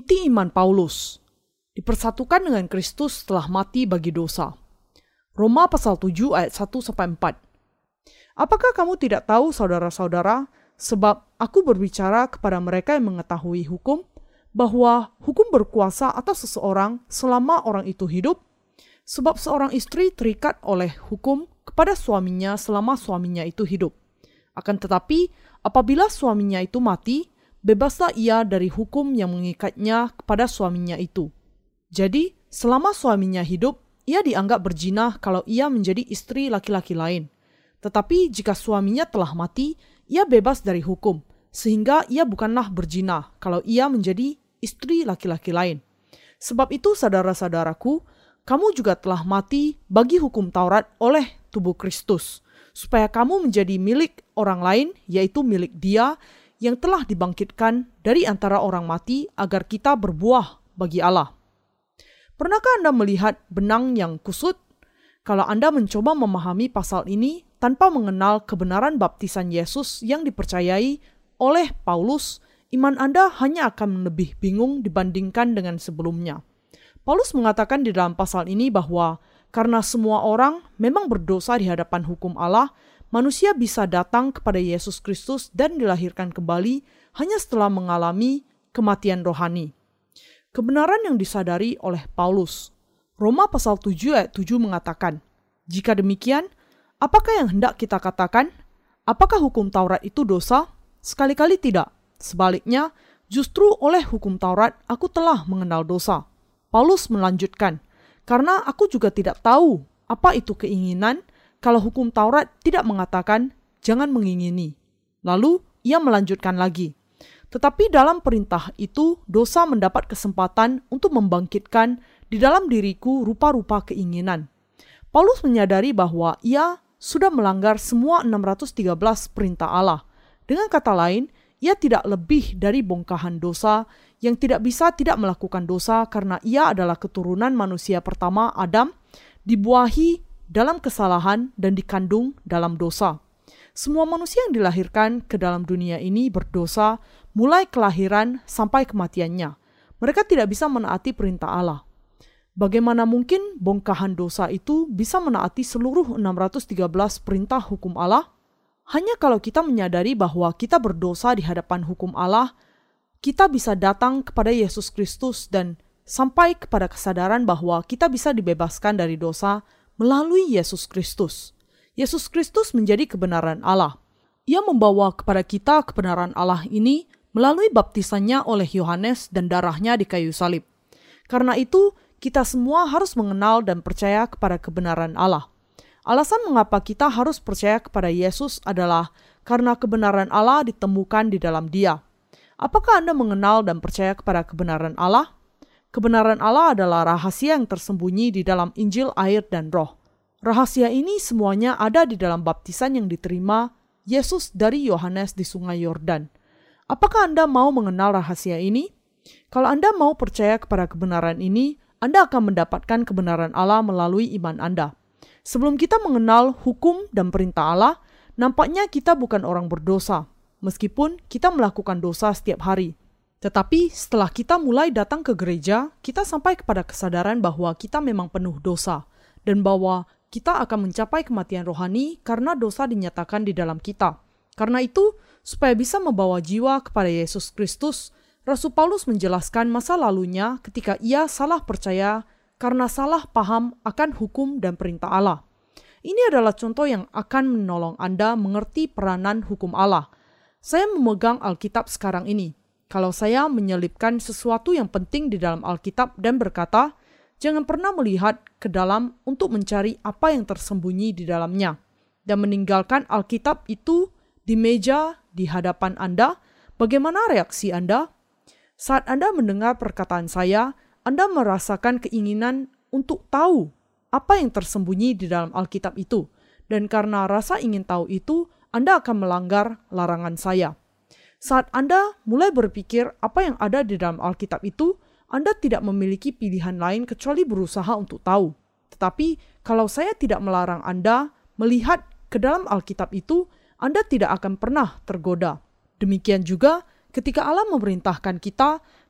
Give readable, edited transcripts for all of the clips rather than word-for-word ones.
Bukti iman Paulus dipersatukan dengan Kristus setelah mati bagi dosa. Roma pasal 7 ayat 1-4. Apakah kamu tidak tahu, saudara-saudara, sebab aku berbicara kepada mereka yang mengetahui hukum, bahwa hukum berkuasa atas seseorang selama orang itu hidup? Sebab seorang istri terikat oleh hukum kepada suaminya selama suaminya itu hidup. Akan tetapi, apabila suaminya itu mati, bebaslah ia dari hukum yang mengikatnya kepada suaminya itu. Jadi, selama suaminya hidup, ia dianggap berzina kalau ia menjadi istri laki-laki lain. Tetapi jika suaminya telah mati, ia bebas dari hukum, sehingga ia bukanlah berzina kalau ia menjadi istri laki-laki lain. Sebab itu, saudara-saudaraku, kamu juga telah mati bagi hukum Taurat oleh tubuh Kristus, supaya kamu menjadi milik orang lain, yaitu milik Dia yang telah dibangkitkan dari antara orang mati agar kita berbuah bagi Allah. Pernahkah Anda melihat benang yang kusut? Kalau Anda mencoba memahami pasal ini tanpa mengenal kebenaran baptisan Yesus yang dipercayai oleh Paulus, iman Anda hanya akan lebih bingung dibandingkan dengan sebelumnya. Paulus mengatakan di dalam pasal ini bahwa karena semua orang memang berdosa di hadapan hukum Allah, manusia bisa datang kepada Yesus Kristus dan dilahirkan kembali hanya setelah mengalami kematian rohani. Kebenaran yang disadari oleh Paulus. Roma pasal 7 ayat 7 mengatakan, jika demikian, apakah yang hendak kita katakan? Apakah hukum Taurat itu dosa? Sekali-kali tidak. Sebaliknya, justru oleh hukum Taurat aku telah mengenal dosa. Paulus melanjutkan, karena aku juga tidak tahu apa itu keinginan kalau hukum Taurat tidak mengatakan jangan mengingini. Lalu ia melanjutkan lagi. Tetapi dalam perintah itu, dosa mendapat kesempatan untuk membangkitkan di dalam diriku rupa-rupa keinginan. Paulus menyadari bahwa ia sudah melanggar semua 613 perintah Allah. Dengan kata lain, ia tidak lebih dari bongkahan dosa yang tidak bisa tidak melakukan dosa karena ia adalah keturunan manusia pertama Adam, dibuahi dalam kesalahan dan dikandung dalam dosa. Semua manusia yang dilahirkan ke dalam dunia ini berdosa mulai kelahiran sampai kematiannya. Mereka tidak bisa menaati perintah Allah. Bagaimana mungkin bongkahan dosa itu bisa menaati seluruh 613 perintah hukum Allah? Hanya kalau kita menyadari bahwa kita berdosa di hadapan hukum Allah, kita bisa datang kepada Yesus Kristus dan sampai kepada kesadaran bahwa kita bisa dibebaskan dari dosa melalui Yesus Kristus. Yesus Kristus menjadi kebenaran Allah. Ia membawa kepada kita kebenaran Allah ini melalui baptisannya oleh Yohanes dan darahnya di kayu salib. Karena itu, kita semua harus mengenal dan percaya kepada kebenaran Allah. Alasan mengapa kita harus percaya kepada Yesus adalah karena kebenaran Allah ditemukan di dalam Dia. Apakah Anda mengenal dan percaya kepada kebenaran Allah? Kebenaran Allah adalah rahasia yang tersembunyi di dalam Injil, air, dan Roh. Rahasia ini semuanya ada di dalam baptisan yang diterima Yesus dari Yohanes di Sungai Yordan. Apakah Anda mau mengenal rahasia ini? Kalau Anda mau percaya kepada kebenaran ini, Anda akan mendapatkan kebenaran Allah melalui iman Anda. Sebelum kita mengenal hukum dan perintah Allah, nampaknya kita bukan orang berdosa, meskipun kita melakukan dosa setiap hari. Tetapi setelah kita mulai datang ke gereja, kita sampai kepada kesadaran bahwa kita memang penuh dosa, dan bahwa kita akan mencapai kematian rohani karena dosa dinyatakan di dalam kita. Karena itu, supaya bisa membawa jiwa kepada Yesus Kristus, Rasul Paulus menjelaskan masa lalunya ketika ia salah percaya karena salah paham akan hukum dan perintah Allah. Ini adalah contoh yang akan menolong Anda mengerti peranan hukum Allah. Saya memegang Alkitab sekarang ini. Kalau saya menyelipkan sesuatu yang penting di dalam Alkitab dan berkata, jangan pernah melihat ke dalam untuk mencari apa yang tersembunyi di dalamnya, dan meninggalkan Alkitab itu di meja di hadapan Anda. Bagaimana reaksi Anda? Saat Anda mendengar perkataan saya, Anda merasakan keinginan untuk tahu apa yang tersembunyi di dalam Alkitab itu, dan karena rasa ingin tahu itu, Anda akan melanggar larangan saya. Saat Anda mulai berpikir apa yang ada di dalam Alkitab itu, Anda tidak memiliki pilihan lain kecuali berusaha untuk tahu. Tetapi kalau saya tidak melarang Anda melihat ke dalam Alkitab itu, Anda tidak akan pernah tergoda. Demikian juga ketika Allah memerintahkan kita,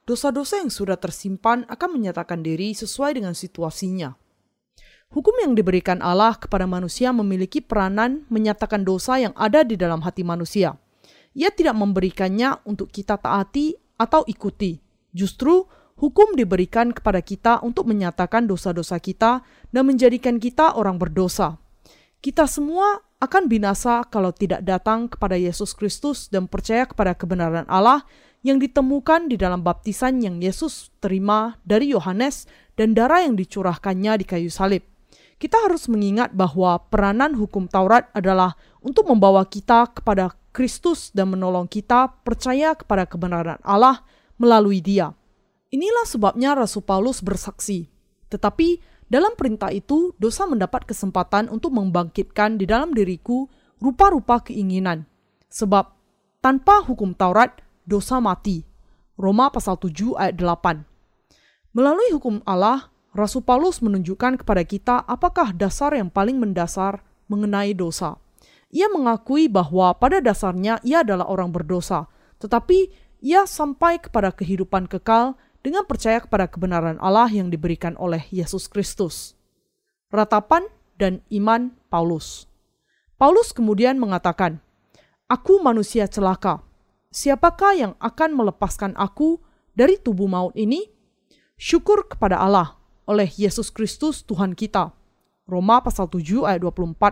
dosa-dosa yang sudah tersimpan akan menyatakan diri sesuai dengan situasinya. Hukum yang diberikan Allah kepada manusia memiliki peranan menyatakan dosa yang ada di dalam hati manusia. Ia tidak memberikannya untuk kita taati atau ikuti. Justru, hukum diberikan kepada kita untuk menyatakan dosa-dosa kita dan menjadikan kita orang berdosa. Kita semua akan binasa kalau tidak datang kepada Yesus Kristus dan percaya kepada kebenaran Allah yang ditemukan di dalam baptisan yang Yesus terima dari Yohanes dan darah yang dicurahkannya di kayu salib. Kita harus mengingat bahwa peranan hukum Taurat adalah untuk membawa kita kepada Kristus dan menolong kita percaya kepada kebenaran Allah melalui Dia. Inilah sebabnya Rasul Paulus bersaksi. Tetapi dalam perintah itu, dosa mendapat kesempatan untuk membangkitkan di dalam diriku rupa-rupa keinginan. Sebab tanpa hukum Taurat, dosa mati. Roma pasal 7 ayat 8. Melalui hukum Allah, Rasul Paulus menunjukkan kepada kita apakah dasar yang paling mendasar mengenai dosa. Ia mengakui bahwa pada dasarnya ia adalah orang berdosa, tetapi ia sampai kepada kehidupan kekal dengan percaya kepada kebenaran Allah yang diberikan oleh Yesus Kristus. Ratapan dan iman Paulus. Paulus kemudian mengatakan, "Aku manusia celaka. Siapakah yang akan melepaskan aku dari tubuh maut ini? Syukur kepada Allah oleh Yesus Kristus Tuhan kita." Roma pasal 7 ayat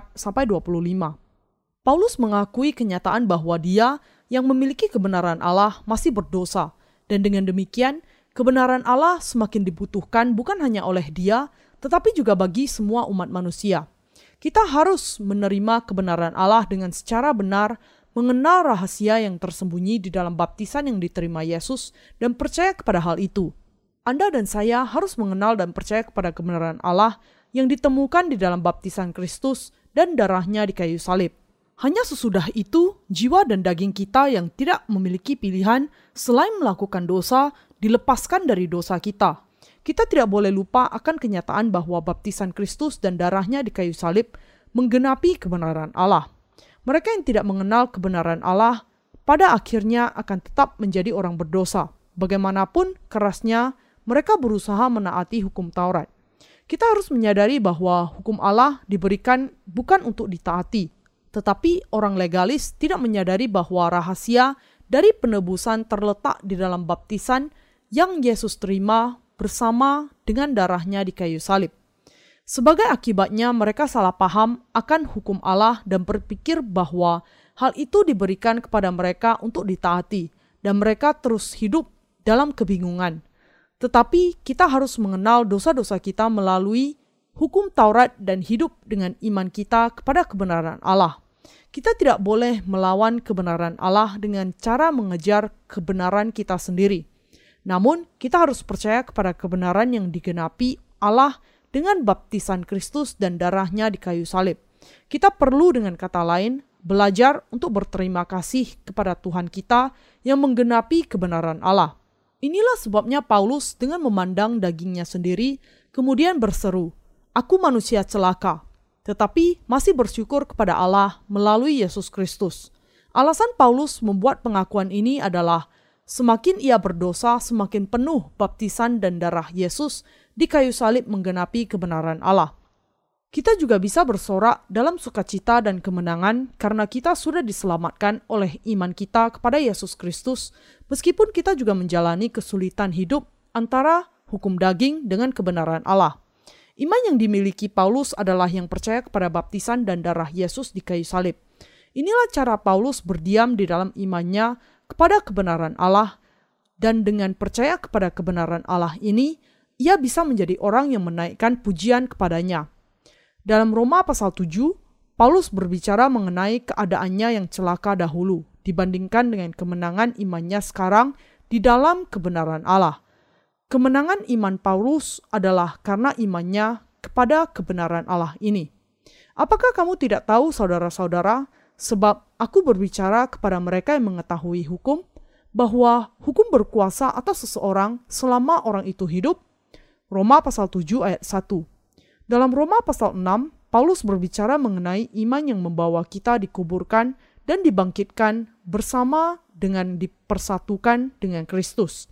24-25. Paulus mengakui kenyataan bahwa dia yang memiliki kebenaran Allah masih berdosa, dan dengan demikian kebenaran Allah semakin dibutuhkan bukan hanya oleh dia, tetapi juga bagi semua umat manusia. Kita harus menerima kebenaran Allah dengan secara benar, mengenal rahasia yang tersembunyi di dalam baptisan yang diterima Yesus, dan percaya kepada hal itu. Anda dan saya harus mengenal dan percaya kepada kebenaran Allah yang ditemukan di dalam baptisan Kristus dan darahnya di kayu salib. Hanya sesudah itu, jiwa dan daging kita yang tidak memiliki pilihan selain melakukan dosa, dilepaskan dari dosa kita. Kita tidak boleh lupa akan kenyataan bahwa baptisan Kristus dan darahnya di kayu salib menggenapi kebenaran Allah. Mereka yang tidak mengenal kebenaran Allah pada akhirnya akan tetap menjadi orang berdosa. Bagaimanapun kerasnya mereka berusaha menaati hukum Taurat. Kita harus menyadari bahwa hukum Allah diberikan bukan untuk ditaati, tetapi orang legalis tidak menyadari bahwa rahasia dari penebusan terletak di dalam baptisan yang Yesus terima bersama dengan darahnya di kayu salib. Sebagai akibatnya mereka salah paham akan hukum Allah dan berpikir bahwa hal itu diberikan kepada mereka untuk ditaati dan mereka terus hidup dalam kebingungan. Tetapi kita harus mengenal dosa-dosa kita melalui hukum Taurat dan hidup dengan iman kita kepada kebenaran Allah. Kita tidak boleh melawan kebenaran Allah dengan cara mengejar kebenaran kita sendiri. Namun, kita harus percaya kepada kebenaran yang digenapi Allah dengan baptisan Kristus dan darahnya di kayu salib. Kita perlu dengan kata lain belajar untuk berterima kasih kepada Tuhan kita yang menggenapi kebenaran Allah. Inilah sebabnya Paulus dengan memandang dagingnya sendiri kemudian berseru, "Aku manusia celaka," tetapi masih bersyukur kepada Allah melalui Yesus Kristus. Alasan Paulus membuat pengakuan ini adalah semakin ia berdosa, semakin penuh baptisan dan darah Yesus di kayu salib menggenapi kebenaran Allah. Kita juga bisa bersorak dalam sukacita dan kemenangan karena kita sudah diselamatkan oleh iman kita kepada Yesus Kristus, meskipun kita juga menjalani kesulitan hidup antara hukum daging dengan kebenaran Allah. Iman yang dimiliki Paulus adalah yang percaya kepada baptisan dan darah Yesus di kayu salib. Inilah cara Paulus berdiam di dalam imannya kepada kebenaran Allah, dan dengan percaya kepada kebenaran Allah ini, ia bisa menjadi orang yang menaikkan pujian kepadanya. Dalam Roma pasal 7, Paulus berbicara mengenai keadaannya yang celaka dahulu dibandingkan dengan kemenangan imannya sekarang di dalam kebenaran Allah. Kemenangan iman Paulus adalah karena imannya kepada kebenaran Allah ini. Apakah kamu tidak tahu, saudara-saudara, sebab aku berbicara kepada mereka yang mengetahui hukum, bahwa hukum berkuasa atas seseorang selama orang itu hidup? Roma pasal 7 ayat 1. Dalam Roma pasal 6, Paulus berbicara mengenai iman yang membawa kita dikuburkan dan dibangkitkan bersama dengan dipersatukan dengan Kristus.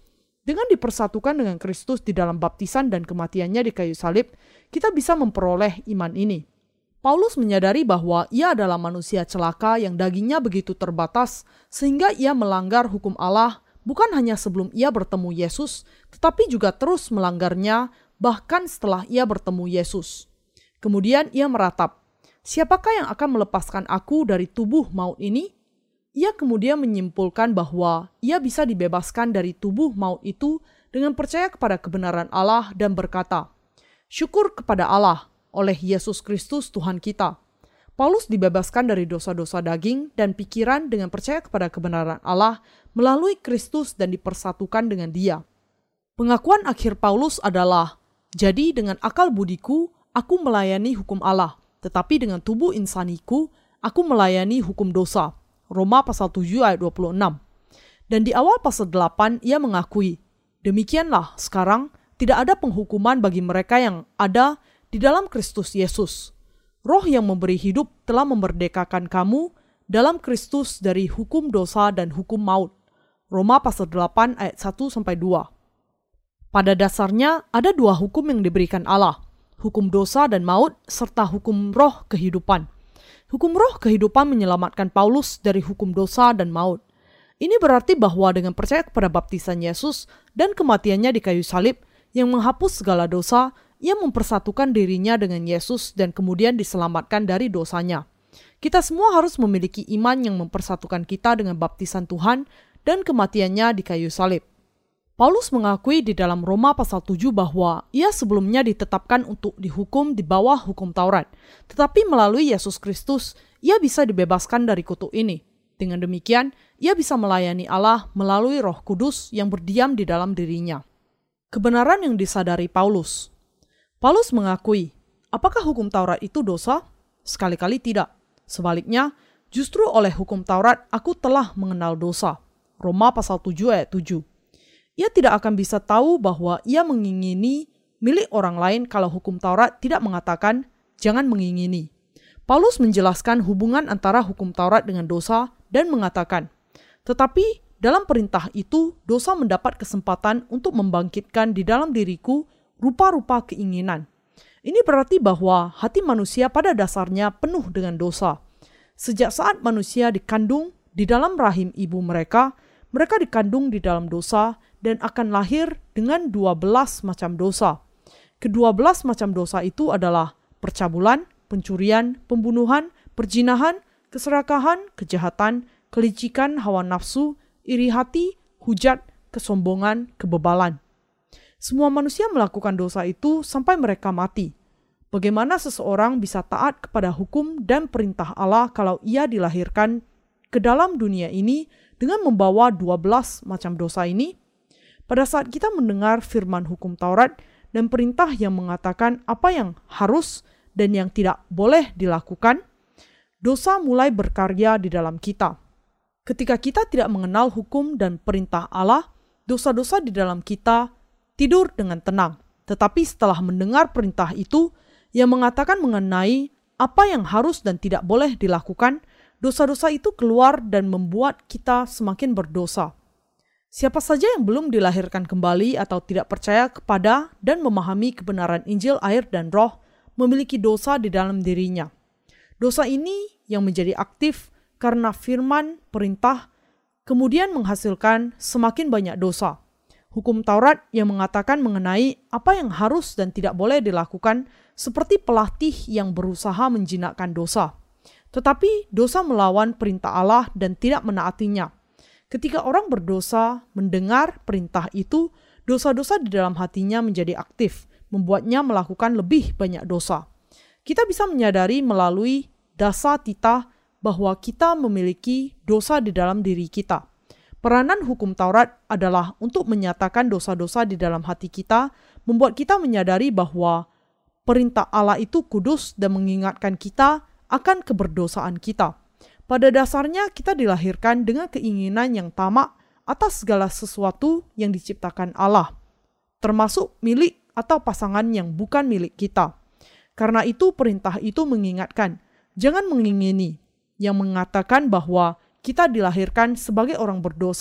Dengan dipersatukan dengan Kristus di dalam baptisan dan kematiannya di kayu salib, kita bisa memperoleh iman ini. Paulus menyadari bahwa ia adalah manusia celaka yang dagingnya begitu terbatas sehingga ia melanggar hukum Allah bukan hanya sebelum ia bertemu Yesus, tetapi juga terus melanggarnya bahkan setelah ia bertemu Yesus. Kemudian ia meratap, "Siapakah yang akan melepaskan aku dari tubuh maut ini?" Ia kemudian menyimpulkan bahwa ia bisa dibebaskan dari tubuh maut itu dengan percaya kepada kebenaran Allah dan berkata, "Syukur kepada Allah oleh Yesus Kristus Tuhan kita." Paulus dibebaskan dari dosa-dosa daging dan pikiran dengan percaya kepada kebenaran Allah melalui Kristus dan dipersatukan dengan Dia. Pengakuan akhir Paulus adalah, "Jadi dengan akal budiku, aku melayani hukum Allah, tetapi dengan tubuh insaniku, aku melayani hukum dosa." Roma pasal 7 ayat 26. Dan di awal pasal 8 ia mengakui, "Demikianlah sekarang tidak ada penghukuman bagi mereka yang ada di dalam Kristus Yesus. Roh yang memberi hidup telah memerdekakan kamu dalam Kristus dari hukum dosa dan hukum maut." Roma pasal 8 ayat 1-2. Pada dasarnya ada dua hukum yang diberikan Allah, hukum dosa dan maut serta hukum roh kehidupan. Hukum roh kehidupan menyelamatkan Paulus dari hukum dosa dan maut. Ini berarti bahwa dengan percaya kepada baptisan Yesus dan kematiannya di kayu salib yang menghapus segala dosa, ia mempersatukan dirinya dengan Yesus dan kemudian diselamatkan dari dosanya. Kita semua harus memiliki iman yang mempersatukan kita dengan baptisan Tuhan dan kematiannya di kayu salib. Paulus mengakui di dalam Roma pasal 7 bahwa ia sebelumnya ditetapkan untuk dihukum di bawah hukum Taurat. Tetapi melalui Yesus Kristus, ia bisa dibebaskan dari kutuk ini. Dengan demikian, ia bisa melayani Allah melalui Roh Kudus yang berdiam di dalam dirinya. Kebenaran yang disadari Paulus. Paulus mengakui, apakah hukum Taurat itu dosa? Sekali-kali tidak. Sebaliknya, justru oleh hukum Taurat aku telah mengenal dosa. Roma pasal 7 ayat 7. Ia tidak akan bisa tahu bahwa ia mengingini milik orang lain kalau hukum Taurat tidak mengatakan jangan mengingini. Paulus menjelaskan hubungan antara hukum Taurat dengan dosa dan mengatakan, tetapi dalam perintah itu dosa mendapat kesempatan untuk membangkitkan di dalam diriku rupa-rupa keinginan. Ini berarti bahwa hati manusia pada dasarnya penuh dengan dosa. Sejak saat manusia dikandung di dalam rahim ibu mereka dikandung di dalam dosa dan akan lahir dengan 12 macam dosa. Ke-12 macam dosa itu adalah percabulan, pencurian, pembunuhan, perzinahan, keserakahan, kejahatan, kelicikan, hawa nafsu, iri hati, hujat, kesombongan, kebebalan. Semua manusia melakukan dosa itu sampai mereka mati. Bagaimana seseorang bisa taat kepada hukum dan perintah Allah kalau ia dilahirkan ke dalam dunia ini dengan membawa 12 macam dosa ini? Pada saat kita mendengar firman hukum Taurat dan perintah yang mengatakan apa yang harus dan yang tidak boleh dilakukan, dosa mulai berkarya di dalam kita. Ketika kita tidak mengenal hukum dan perintah Allah, dosa-dosa di dalam kita tidur dengan tenang. Tetapi setelah mendengar perintah itu yang mengatakan mengenai apa yang harus dan tidak boleh dilakukan, dosa-dosa itu keluar dan membuat kita semakin berdosa. Siapa saja yang belum dilahirkan kembali atau tidak percaya kepada dan memahami kebenaran Injil, air, dan Roh memiliki dosa di dalam dirinya. Dosa ini yang menjadi aktif karena firman perintah kemudian menghasilkan semakin banyak dosa. Hukum Taurat yang mengatakan mengenai apa yang harus dan tidak boleh dilakukan seperti pelatih yang berusaha menjinakkan dosa. Tetapi dosa melawan perintah Allah dan tidak menaatinya. Ketika orang berdosa mendengar perintah itu, dosa-dosa di dalam hatinya menjadi aktif, membuatnya melakukan lebih banyak dosa. Kita bisa menyadari melalui dasa tita bahwa kita memiliki dosa di dalam diri kita. Peranan hukum Taurat adalah untuk menyatakan dosa-dosa di dalam hati kita, membuat kita menyadari bahwa perintah Allah itu kudus dan mengingatkan kita akan keberdosaan kita. Pada dasarnya kita dilahirkan dengan keinginan yang tamak atas segala sesuatu yang diciptakan Allah, termasuk milik atau pasangan yang bukan milik kita. Karena itu perintah itu mengingatkan, jangan mengingini, yang mengatakan bahwa kita dilahirkan sebagai orang berdosa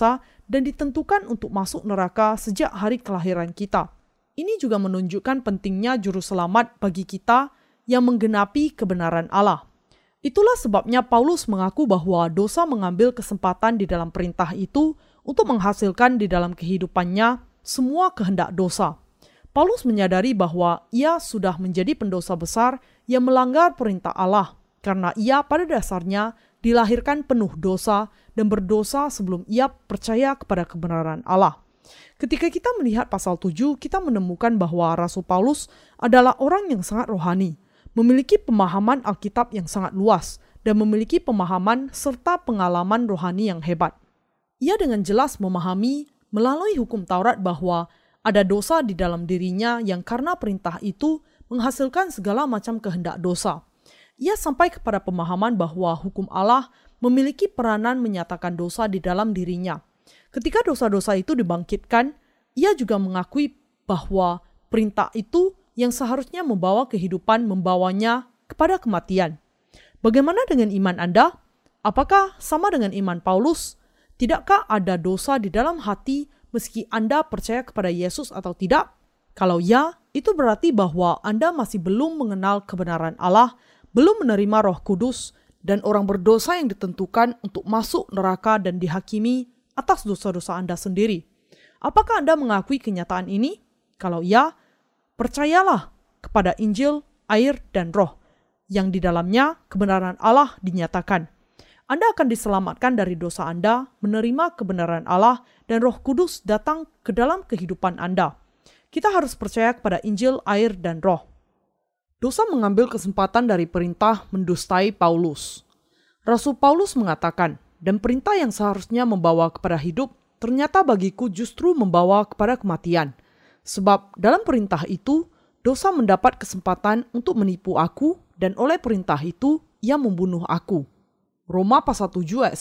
dan ditentukan untuk masuk neraka sejak hari kelahiran kita. Ini juga menunjukkan pentingnya juru selamat bagi kita yang menggenapi kebenaran Allah. Itulah sebabnya Paulus mengaku bahwa dosa mengambil kesempatan di dalam perintah itu untuk menghasilkan di dalam kehidupannya semua kehendak dosa. Paulus menyadari bahwa ia sudah menjadi pendosa besar yang melanggar perintah Allah karena ia pada dasarnya dilahirkan penuh dosa dan berdosa sebelum ia percaya kepada kebenaran Allah. Ketika kita melihat pasal 7, kita menemukan bahwa Rasul Paulus adalah orang yang sangat rohani, memiliki pemahaman Alkitab yang sangat luas, dan memiliki pemahaman serta pengalaman rohani yang hebat. Ia dengan jelas memahami melalui hukum Taurat bahwa ada dosa di dalam dirinya yang karena perintah itu menghasilkan segala macam kehendak dosa. Ia sampai kepada pemahaman bahwa hukum Allah memiliki peranan menyatakan dosa di dalam dirinya. Ketika dosa-dosa itu dibangkitkan, ia juga mengakui bahwa perintah itu yang seharusnya membawa kehidupan membawanya kepada kematian. Bagaimana dengan iman Anda? Apakah sama dengan iman Paulus? Tidakkah ada dosa di dalam hati meski Anda percaya kepada Yesus atau tidak? Kalau ya, itu berarti bahwa Anda masih belum mengenal kebenaran Allah, belum menerima Roh Kudus, dan orang berdosa yang ditentukan untuk masuk neraka dan dihakimi atas dosa-dosa Anda sendiri. Apakah Anda mengakui kenyataan ini? Kalau ya, percayalah kepada Injil, air, dan Roh, yang di dalamnya kebenaran Allah dinyatakan. Anda akan diselamatkan dari dosa Anda, menerima kebenaran Allah, dan Roh Kudus datang ke dalam kehidupan Anda. Kita harus percaya kepada Injil, air, dan Roh. Dosa mengambil kesempatan dari perintah mendustai Paulus. Rasul Paulus mengatakan, dan perintah yang seharusnya membawa kepada hidup, ternyata bagiku justru membawa kepada kematian. Sebab dalam perintah itu, dosa mendapat kesempatan untuk menipu aku, dan oleh perintah itu, ia membunuh aku. Roma pasal 7 ayat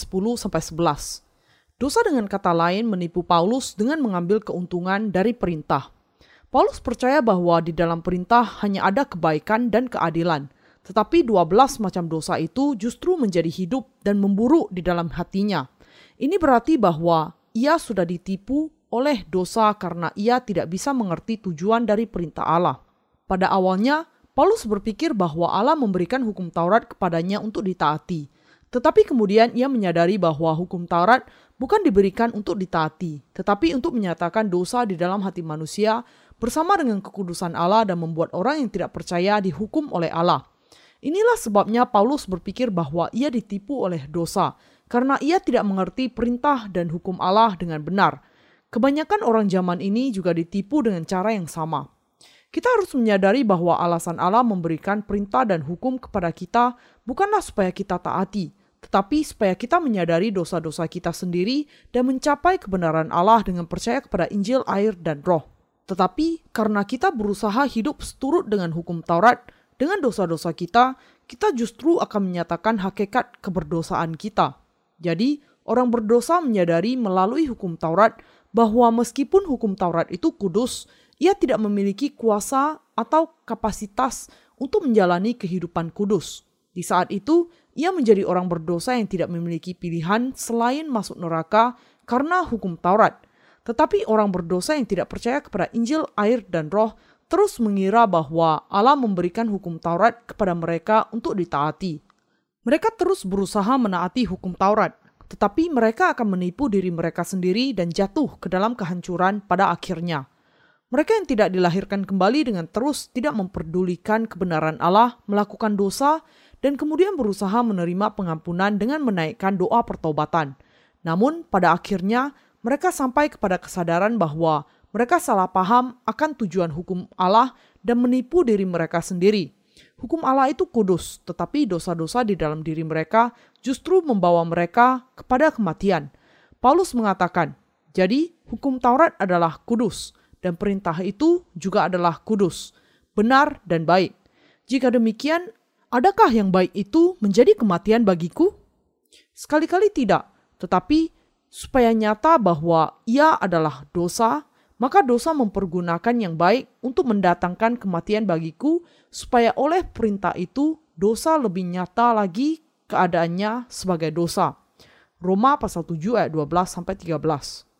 10-11. Dosa dengan kata lain menipu Paulus dengan mengambil keuntungan dari perintah. Paulus percaya bahwa di dalam perintah hanya ada kebaikan dan keadilan, tetapi 12 macam dosa itu justru menjadi hidup dan memburuk di dalam hatinya. Ini berarti bahwa ia sudah ditipu oleh dosa karena ia tidak bisa mengerti tujuan dari perintah Allah. Pada awalnya, Paulus berpikir bahwa Allah memberikan hukum Taurat kepadanya untuk ditaati. Tetapi kemudian ia menyadari bahwa hukum Taurat bukan diberikan untuk ditaati, tetapi untuk menyatakan dosa di dalam hati manusia bersama dengan kekudusan Allah dan membuat orang yang tidak percaya dihukum oleh Allah. Inilah sebabnya Paulus berpikir bahwa ia ditipu oleh dosa, karena ia tidak mengerti perintah dan hukum Allah dengan benar. Kebanyakan orang zaman ini juga ditipu dengan cara yang sama. Kita harus menyadari bahwa alasan Allah memberikan perintah dan hukum kepada kita bukanlah supaya kita taati, tetapi supaya kita menyadari dosa-dosa kita sendiri dan mencapai kebenaran Allah dengan percaya kepada Injil, air, dan Roh. Tetapi karena kita berusaha hidup seturut dengan hukum Taurat, dengan dosa-dosa kita, kita justru akan menyatakan hakikat keberdosaan kita. Jadi, orang berdosa menyadari melalui hukum Taurat bahwa meskipun hukum Taurat itu kudus, ia tidak memiliki kuasa atau kapasitas untuk menjalani kehidupan kudus. Di saat itu, ia menjadi orang berdosa yang tidak memiliki pilihan selain masuk neraka karena hukum Taurat. Tetapi orang berdosa yang tidak percaya kepada Injil, air, dan Roh terus mengira bahwa Allah memberikan hukum Taurat kepada mereka untuk ditaati. Mereka terus berusaha menaati hukum Taurat, tetapi mereka akan menipu diri mereka sendiri dan jatuh ke dalam kehancuran pada akhirnya. Mereka yang tidak dilahirkan kembali dengan terus tidak memperdulikan kebenaran Allah, melakukan dosa, dan kemudian berusaha menerima pengampunan dengan menaikkan doa pertobatan. Namun pada akhirnya mereka sampai kepada kesadaran bahwa mereka salah paham akan tujuan hukum Allah dan menipu diri mereka sendiri. Hukum Allah itu kudus, tetapi dosa-dosa di dalam diri mereka justru membawa mereka kepada kematian. Paulus mengatakan, jadi hukum Taurat adalah kudus, dan perintah itu juga adalah kudus, benar dan baik. Jika demikian, adakah yang baik itu menjadi kematian bagiku? Sekali-kali tidak, tetapi supaya nyata bahwa ia adalah dosa, maka dosa mempergunakan yang baik untuk mendatangkan kematian bagiku, supaya oleh perintah itu dosa lebih nyata lagi keadaannya sebagai dosa. Roma pasal 7 ayat 12-13.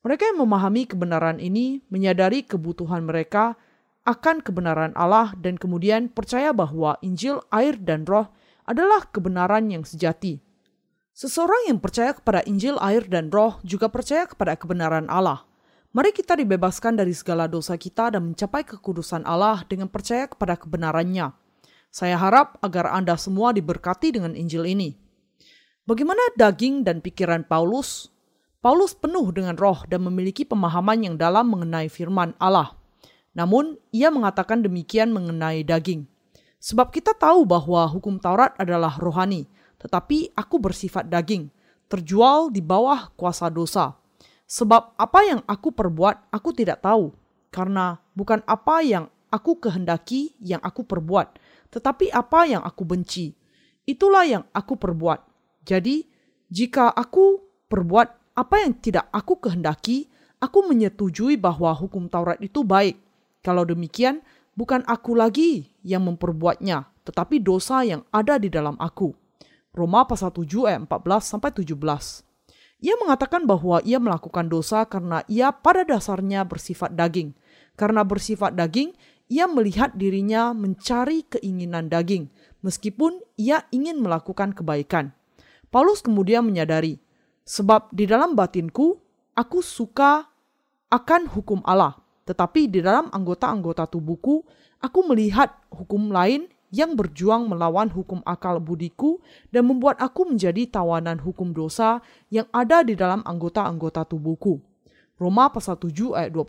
Mereka yang memahami kebenaran ini menyadari kebutuhan mereka akan kebenaran Allah dan kemudian percaya bahwa Injil, air, dan Roh adalah kebenaran yang sejati. Seseorang yang percaya kepada Injil, air, dan Roh juga percaya kepada kebenaran Allah. Mari kita dibebaskan dari segala dosa kita dan mencapai kekudusan Allah dengan percaya kepada kebenarannya. Saya harap agar Anda semua diberkati dengan Injil ini. Bagaimana daging dan pikiran Paulus? Paulus penuh dengan roh dan memiliki pemahaman yang dalam mengenai firman Allah. Namun, ia mengatakan demikian mengenai daging. Sebab kita tahu bahwa hukum Taurat adalah rohani, tetapi aku bersifat daging, terjual di bawah kuasa dosa. Sebab apa yang aku perbuat, aku tidak tahu. Karena bukan apa yang aku kehendaki yang aku perbuat, tetapi apa yang aku benci. Itulah yang aku perbuat. Jadi, jika aku perbuat apa yang tidak aku kehendaki, aku menyetujui bahwa hukum Taurat itu baik. Kalau demikian, bukan aku lagi yang memperbuatnya, tetapi dosa yang ada di dalam aku. Roma pasal 7 ayat 14-17. Ia mengatakan bahwa ia melakukan dosa karena ia pada dasarnya bersifat daging. Karena bersifat daging, ia melihat dirinya mencari keinginan daging, meskipun ia ingin melakukan kebaikan. Paulus kemudian menyadari, sebab di dalam batinku, aku suka akan hukum Allah. Tetapi di dalam anggota-anggota tubuhku, aku melihat hukum lain yang berjuang melawan hukum akal budiku dan membuat aku menjadi tawanan hukum dosa yang ada di dalam anggota-anggota tubuhku. Roma pasal 7 ayat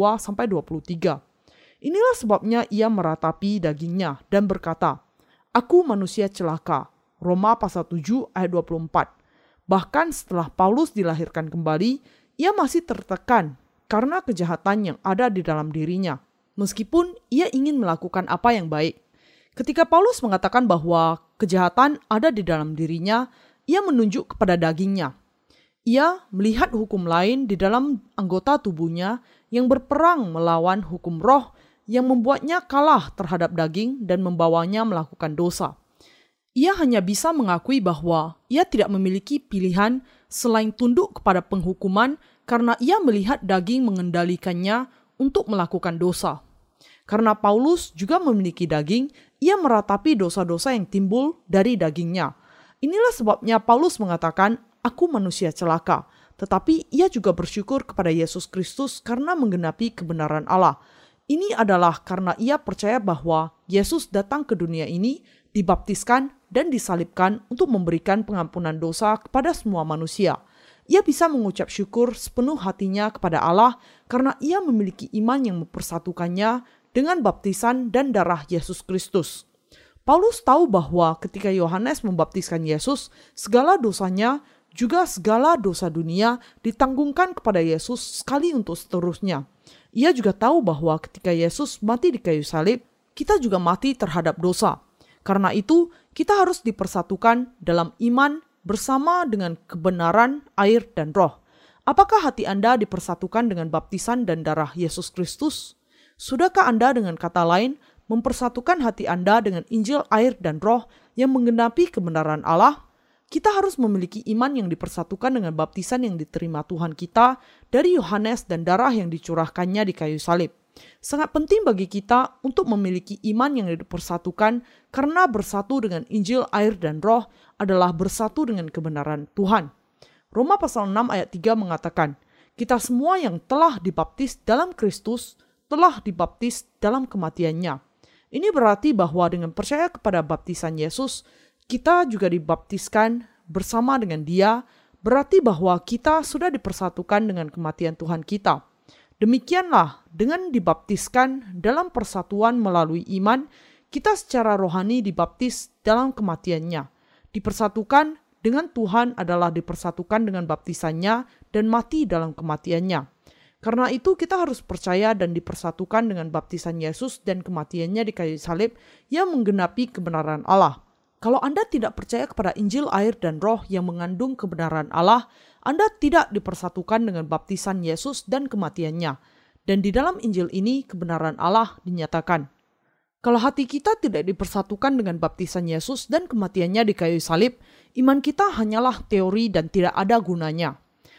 22-23. Inilah sebabnya ia meratapi dagingnya dan berkata, aku manusia celaka. Roma pasal 7 ayat 24. Bahkan setelah Paulus dilahirkan kembali, ia masih tertekan karena kejahatan yang ada di dalam dirinya, meskipun ia ingin melakukan apa yang baik. Ketika Paulus mengatakan bahwa kejahatan ada di dalam dirinya, ia menunjuk kepada dagingnya. Ia melihat hukum lain di dalam anggota tubuhnya yang berperang melawan hukum roh yang membuatnya kalah terhadap daging dan membawanya melakukan dosa. Ia hanya bisa mengakui bahwa ia tidak memiliki pilihan selain tunduk kepada penghukuman karena ia melihat daging mengendalikannya untuk melakukan dosa. Karena Paulus juga memiliki daging, ia meratapi dosa-dosa yang timbul dari dagingnya. Inilah sebabnya Paulus mengatakan, aku manusia celaka. Tetapi ia juga bersyukur kepada Yesus Kristus karena menggenapi kebenaran Allah. Ini adalah karena ia percaya bahwa Yesus datang ke dunia ini, dibaptiskan dan disalibkan untuk memberikan pengampunan dosa kepada semua manusia. Ia bisa mengucap syukur sepenuh hatinya kepada Allah karena ia memiliki iman yang mempersatukannya dengan baptisan dan darah Yesus Kristus. Paulus tahu bahwa ketika Yohanes membaptiskan Yesus, segala dosanya, juga segala dosa dunia ditanggungkan kepada Yesus sekali untuk seterusnya. Ia juga tahu bahwa ketika Yesus mati di kayu salib, kita juga mati terhadap dosa. Karena itu, kita harus dipersatukan dalam iman bersama dengan kebenaran, air, dan roh. Apakah hati Anda dipersatukan dengan baptisan dan darah Yesus Kristus? Sudahkah Anda dengan kata lain mempersatukan hati Anda dengan Injil, air, dan roh yang menggenapi kebenaran Allah? Kita harus memiliki iman yang dipersatukan dengan baptisan yang diterima Tuhan kita dari Yohanes dan darah yang dicurahkannya di kayu salib. Sangat penting bagi kita untuk memiliki iman yang dipersatukan karena bersatu dengan Injil, air, dan roh adalah bersatu dengan kebenaran Tuhan. Roma pasal 6 ayat 3 mengatakan, kita semua yang telah dibaptis dalam Kristus telah dibaptis dalam kematiannya. Ini berarti bahwa dengan percaya kepada baptisan Yesus, kita juga dibaptiskan bersama dengan Dia, berarti bahwa kita sudah dipersatukan dengan kematian Tuhan kita. Demikianlah, dengan dibaptiskan dalam persatuan melalui iman, kita secara rohani dibaptis dalam kematiannya. Dipersatukan dengan Tuhan adalah dipersatukan dengan baptisannya dan mati dalam kematiannya. Karena itu kita harus percaya dan dipersatukan dengan baptisan Yesus dan kematiannya di kayu salib yang menggenapi kebenaran Allah. Kalau Anda tidak percaya kepada Injil, air, dan roh yang mengandung kebenaran Allah, Anda tidak dipersatukan dengan baptisan Yesus dan kematiannya. Dan di dalam Injil ini kebenaran Allah dinyatakan. Kalau hati kita tidak dipersatukan dengan baptisan Yesus dan kematiannya di kayu salib, iman kita hanyalah teori dan tidak ada gunanya.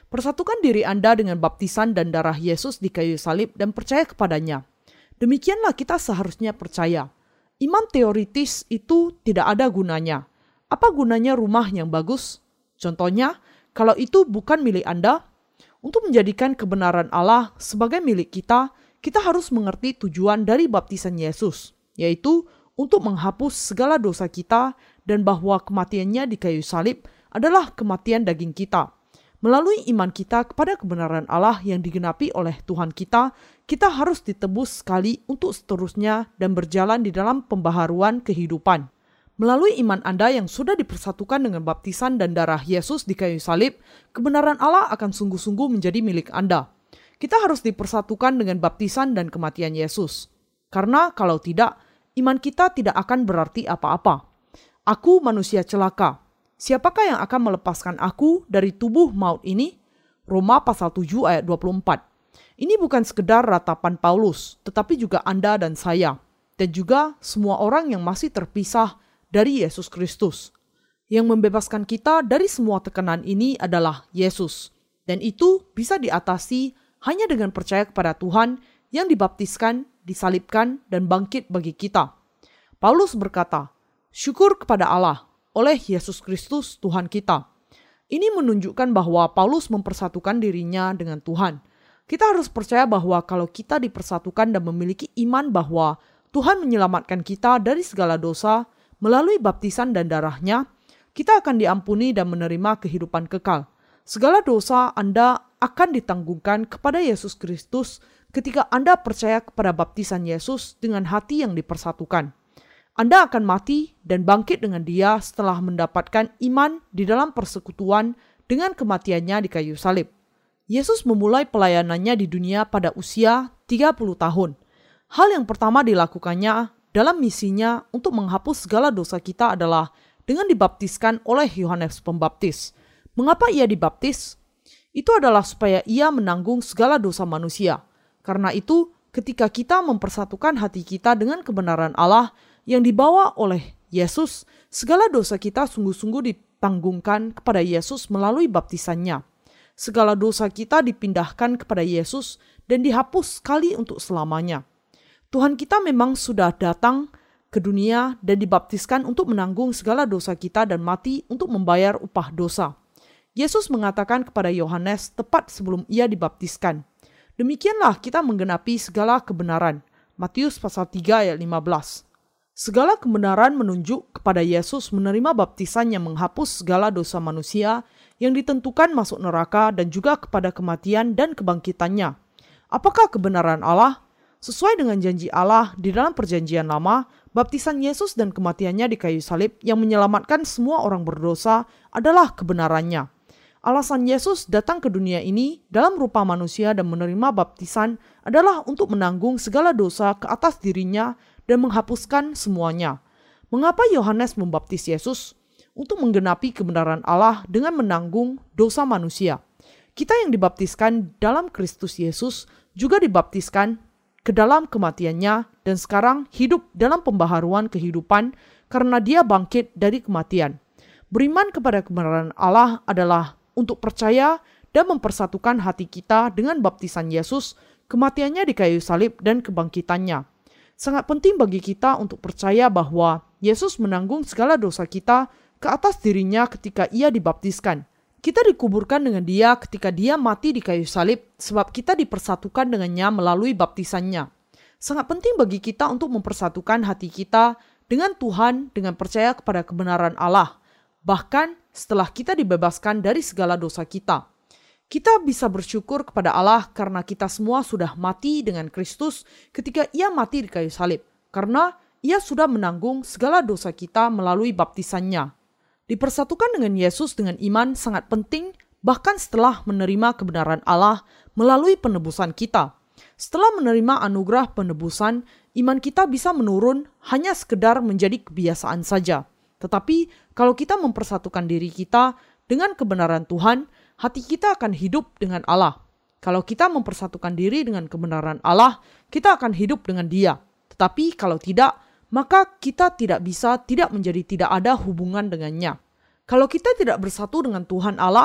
Persatukan diri Anda dengan baptisan dan darah Yesus di kayu salib dan percaya kepadanya. Demikianlah kita seharusnya percaya. Iman teoritis itu tidak ada gunanya. Apa gunanya rumah yang bagus? Contohnya, kalau itu bukan milik Anda, untuk menjadikan kebenaran Allah sebagai milik kita, kita harus mengerti tujuan dari baptisan Yesus, yaitu untuk menghapus segala dosa kita dan bahwa kematiannya di kayu salib adalah kematian daging kita. Melalui iman kita kepada kebenaran Allah yang digenapi oleh Tuhan kita harus ditebus sekali untuk seterusnya dan berjalan di dalam pembaharuan kehidupan. Melalui iman Anda yang sudah dipersatukan dengan baptisan dan darah Yesus di kayu salib, kebenaran Allah akan sungguh-sungguh menjadi milik Anda. Kita harus dipersatukan dengan baptisan dan kematian Yesus. Karena kalau tidak, iman kita tidak akan berarti apa-apa. Aku manusia celaka. Siapakah yang akan melepaskan aku dari tubuh maut ini? Roma pasal 7 ayat 24. Ini bukan sekedar ratapan Paulus, tetapi juga Anda dan saya. Dan juga semua orang yang masih terpisah dari Yesus Kristus. Yang membebaskan kita dari semua tekanan ini adalah Yesus. Dan itu bisa diatasi hanya dengan percaya kepada Tuhan yang dibaptiskan, disalibkan, dan bangkit bagi kita. Paulus berkata, "Syukur kepada Allah oleh Yesus Kristus Tuhan kita." Ini menunjukkan bahwa Paulus mempersatukan dirinya dengan Tuhan. Kita harus percaya bahwa kalau kita dipersatukan dan memiliki iman bahwa Tuhan menyelamatkan kita dari segala dosa melalui baptisan dan darahnya, kita akan diampuni dan menerima kehidupan kekal. Segala dosa Anda akan ditanggungkan kepada Yesus Kristus ketika Anda percaya kepada baptisan Yesus dengan hati yang dipersatukan. Anda akan mati dan bangkit dengan Dia setelah mendapatkan iman di dalam persekutuan dengan kematiannya di kayu salib. Yesus memulai pelayanannya di dunia pada usia 30 tahun. Hal yang pertama dilakukannya dalam misinya untuk menghapus segala dosa kita adalah dengan dibaptiskan oleh Yohanes Pembaptis. Mengapa ia dibaptis? Itu adalah supaya ia menanggung segala dosa manusia. Karena itu, ketika kita mempersatukan hati kita dengan kebenaran Allah yang dibawa oleh Yesus, segala dosa kita sungguh-sungguh ditanggungkan kepada Yesus melalui baptisannya. Segala dosa kita dipindahkan kepada Yesus dan dihapus sekali untuk selamanya. Tuhan kita memang sudah datang ke dunia dan dibaptiskan untuk menanggung segala dosa kita dan mati untuk membayar upah dosa. Yesus mengatakan kepada Yohanes tepat sebelum ia dibaptiskan, "Demikianlah kita menggenapi segala kebenaran." Matius pasal 3 ayat 15. Segala kebenaran menunjuk kepada Yesus menerima baptisan yang menghapus segala dosa manusia yang ditentukan masuk neraka dan juga kepada kematian dan kebangkitannya. Apakah kebenaran Allah? Sesuai dengan janji Allah di dalam perjanjian lama, baptisan Yesus dan kematiannya di kayu salib yang menyelamatkan semua orang berdosa adalah kebenarannya. Alasan Yesus datang ke dunia ini dalam rupa manusia dan menerima baptisan adalah untuk menanggung segala dosa ke atas dirinya dan menghapuskan semuanya. Mengapa Yohanes membaptis Yesus? Untuk menggenapi kebenaran Allah dengan menanggung dosa manusia. Kita yang dibaptiskan dalam Kristus Yesus juga dibaptiskan ke dalam kematiannya dan sekarang hidup dalam pembaharuan kehidupan karena Dia bangkit dari kematian. Beriman kepada kebenaran Allah adalah untuk percaya dan mempersatukan hati kita dengan baptisan Yesus, kematiannya di kayu salib dan kebangkitannya. Sangat penting bagi kita untuk percaya bahwa Yesus menanggung segala dosa kita ke atas dirinya ketika ia dibaptiskan. Kita dikuburkan dengan Dia ketika Dia mati di kayu salib sebab kita dipersatukan dengannya melalui baptisannya. Sangat penting bagi kita untuk mempersatukan hati kita dengan Tuhan dengan percaya kepada kebenaran Allah. Bahkan setelah kita dibebaskan dari segala dosa kita. Kita bisa bersyukur kepada Allah karena kita semua sudah mati dengan Kristus ketika Ia mati di kayu salib. Karena Ia sudah menanggung segala dosa kita melalui baptisannya. Dipersatukan dengan Yesus dengan iman sangat penting bahkan setelah menerima kebenaran Allah melalui penebusan kita. Setelah menerima anugerah penebusan, iman kita bisa menurun hanya sekedar menjadi kebiasaan saja. Tetapi kalau kita mempersatukan diri kita dengan kebenaran Tuhan, hati kita akan hidup dengan Allah. Kalau kita mempersatukan diri dengan kebenaran Allah, kita akan hidup dengan Dia. Tetapi kalau tidak, maka kita tidak menjadi tidak ada hubungan dengannya. Kalau kita tidak bersatu dengan Tuhan Allah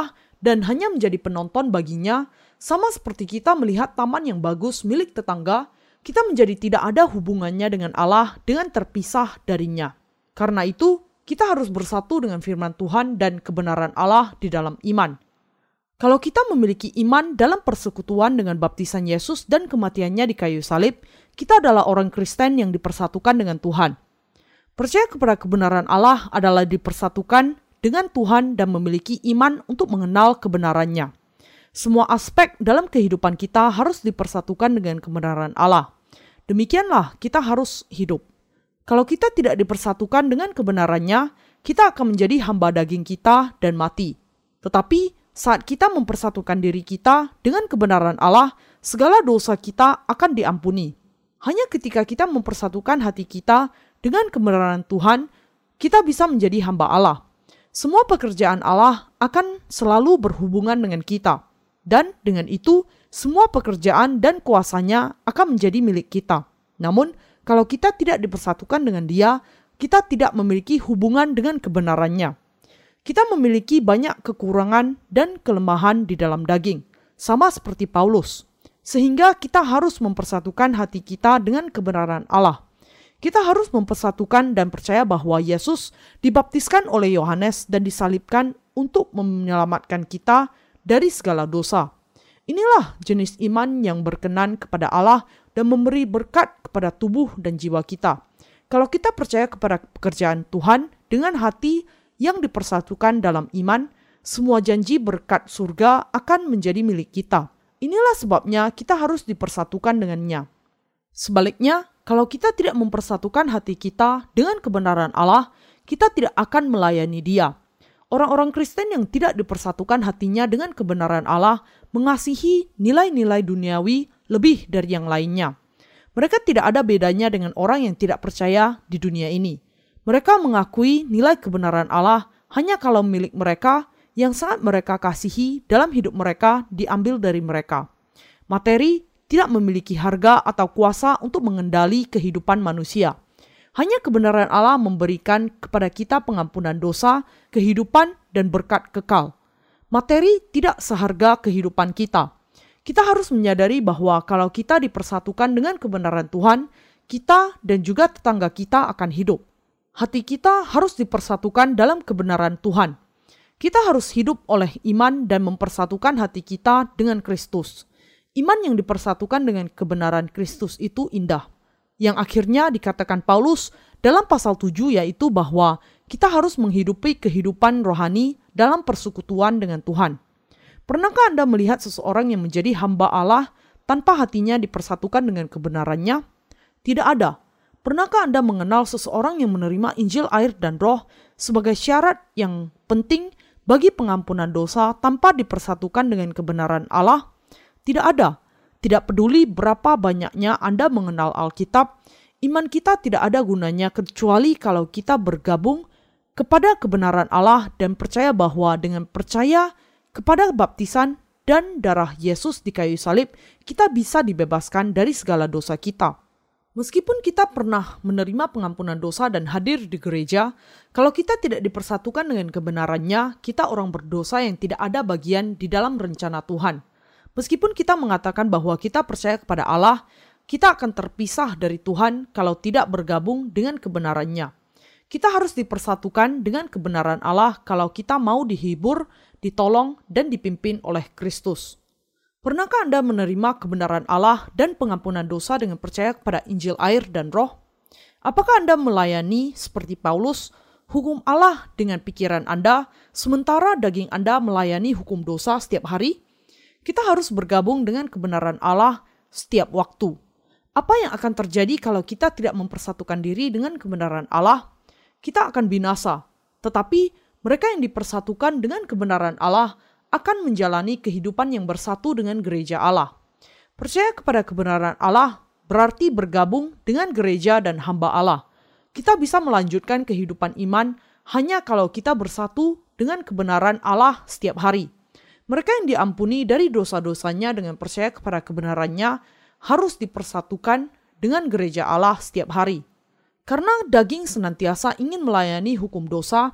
dan hanya menjadi penonton baginya, sama seperti kita melihat taman yang bagus milik tetangga, kita menjadi tidak ada hubungannya dengan Allah dengan terpisah darinya. Karena itu, kita harus bersatu dengan firman Tuhan dan kebenaran Allah di dalam iman. Kalau kita memiliki iman dalam persekutuan dengan baptisan Yesus dan kematiannya di kayu salib, kita adalah orang Kristen yang dipersatukan dengan Tuhan. Percaya kepada kebenaran Allah adalah dipersatukan dengan Tuhan dan memiliki iman untuk mengenal kebenarannya. Semua aspek dalam kehidupan kita harus dipersatukan dengan kebenaran Allah. Demikianlah kita harus hidup. Kalau kita tidak dipersatukan dengan kebenarannya, kita akan menjadi hamba daging kita dan mati. Tetapi saat kita mempersatukan diri kita dengan kebenaran Allah, segala dosa kita akan diampuni. Hanya ketika kita mempersatukan hati kita dengan kebenaran Tuhan, kita bisa menjadi hamba Allah. Semua pekerjaan Allah akan selalu berhubungan dengan kita. Dan dengan itu, semua pekerjaan dan kuasanya akan menjadi milik kita. Namun, kalau kita tidak dipersatukan dengan Dia, kita tidak memiliki hubungan dengan kebenarannya. Kita memiliki banyak kekurangan dan kelemahan di dalam daging, sama seperti Paulus. Sehingga kita harus mempersatukan hati kita dengan kebenaran Allah. Kita harus mempersatukan dan percaya bahwa Yesus dibaptiskan oleh Yohanes dan disalibkan untuk menyelamatkan kita dari segala dosa. Inilah jenis iman yang berkenan kepada Allah dan memberi berkat kepada tubuh dan jiwa kita. Kalau kita percaya kepada pekerjaan Tuhan dengan hati yang dipersatukan dalam iman, semua janji berkat surga akan menjadi milik kita. Inilah sebabnya kita harus dipersatukan dengannya. Sebaliknya, kalau kita tidak mempersatukan hati kita dengan kebenaran Allah, kita tidak akan melayani Dia. Orang-orang Kristen yang tidak dipersatukan hatinya dengan kebenaran Allah mengasihi nilai-nilai duniawi lebih dari yang lainnya. Mereka tidak ada bedanya dengan orang yang tidak percaya di dunia ini. Mereka mengakui nilai kebenaran Allah hanya kalau milik mereka yang sangat mereka kasihi dalam hidup mereka diambil dari mereka. Materi tidak memiliki harga atau kuasa untuk mengendali kehidupan manusia. Hanya kebenaran Allah memberikan kepada kita pengampunan dosa, kehidupan, dan berkat kekal. Materi tidak seharga kehidupan kita. Kita harus menyadari bahwa kalau kita dipersatukan dengan kebenaran Tuhan, kita dan juga tetangga kita akan hidup. Hati kita harus dipersatukan dalam kebenaran Tuhan. Kita harus hidup oleh iman dan mempersatukan hati kita dengan Kristus. Iman yang dipersatukan dengan kebenaran Kristus itu indah. Yang akhirnya dikatakan Paulus dalam pasal 7 yaitu bahwa kita harus menghidupi kehidupan rohani dalam persekutuan dengan Tuhan. Pernahkah Anda melihat seseorang yang menjadi hamba Allah tanpa hatinya dipersatukan dengan kebenarannya? Tidak ada. Pernahkah Anda mengenal seseorang yang menerima Injil air dan roh sebagai syarat yang penting bagi pengampunan dosa tanpa dipersatukan dengan kebenaran Allah? Tidak ada. Tidak peduli berapa banyaknya Anda mengenal Alkitab, iman kita tidak ada gunanya kecuali kalau kita bergabung kepada kebenaran Allah dan percaya bahwa dengan percaya kepada baptisan dan darah Yesus di kayu salib, kita bisa dibebaskan dari segala dosa kita. Meskipun kita pernah menerima pengampunan dosa dan hadir di gereja, kalau kita tidak dipersatukan dengan kebenarannya, kita orang berdosa yang tidak ada bagian di dalam rencana Tuhan. Meskipun kita mengatakan bahwa kita percaya kepada Allah, kita akan terpisah dari Tuhan kalau tidak bergabung dengan kebenarannya. Kita harus dipersatukan dengan kebenaran Allah kalau kita mau dihibur, ditolong, dan dipimpin oleh Kristus. Pernahkah Anda menerima kebenaran Allah dan pengampunan dosa dengan percaya kepada Injil air dan roh? Apakah Anda melayani seperti Paulus, hukum Allah dengan pikiran Anda, sementara daging Anda melayani hukum dosa setiap hari? Kita harus bergabung dengan kebenaran Allah setiap waktu. Apa yang akan terjadi kalau kita tidak mempersatukan diri dengan kebenaran Allah? Kita akan binasa. Tetapi mereka yang dipersatukan dengan kebenaran Allah akan menjalani kehidupan yang bersatu dengan gereja Allah. Percaya kepada kebenaran Allah berarti bergabung dengan gereja dan hamba Allah. Kita bisa melanjutkan kehidupan iman hanya kalau kita bersatu dengan kebenaran Allah setiap hari. Mereka yang diampuni dari dosa-dosanya dengan percaya kepada kebenarannya harus dipersatukan dengan gereja Allah setiap hari. Karena daging senantiasa ingin melayani hukum dosa,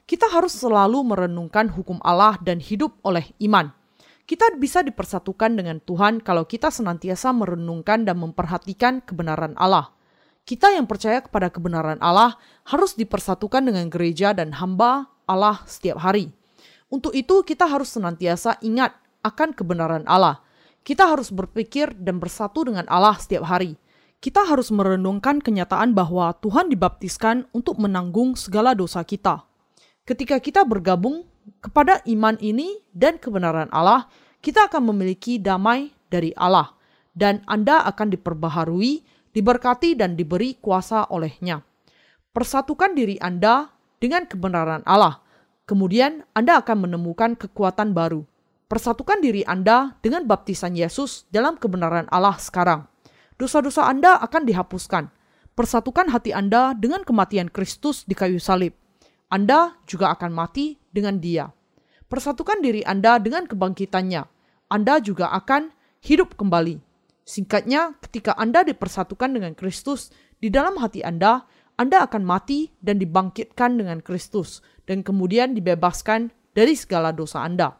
Kita harus selalu merenungkan hukum Allah dan hidup oleh iman. Kita bisa dipersatukan dengan Tuhan kalau kita senantiasa merenungkan dan memperhatikan kebenaran Allah. Kita yang percaya kepada kebenaran Allah harus dipersatukan dengan gereja dan hamba Allah setiap hari. Untuk itu kita harus senantiasa ingat akan kebenaran Allah. Kita harus berpikir dan bersatu dengan Allah setiap hari. Kita harus merenungkan kenyataan bahwa Tuhan dibaptiskan untuk menanggung segala dosa kita. Ketika kita bergabung kepada iman ini dan kebenaran Allah, kita akan memiliki damai dari Allah, dan Anda akan diperbaharui, diberkati, dan diberi kuasa oleh-Nya. Persatukan diri Anda dengan kebenaran Allah, kemudian Anda akan menemukan kekuatan baru. Persatukan diri Anda dengan baptisan Yesus dalam kebenaran Allah sekarang. Dosa-dosa Anda akan dihapuskan. Persatukan hati Anda dengan kematian Kristus di kayu salib. Anda juga akan mati dengan Dia. Persatukan diri Anda dengan kebangkitannya. Anda juga akan hidup kembali. Singkatnya, ketika Anda dipersatukan dengan Kristus di dalam hati Anda akan mati dan dibangkitkan dengan Kristus, dan kemudian dibebaskan dari segala dosa Anda.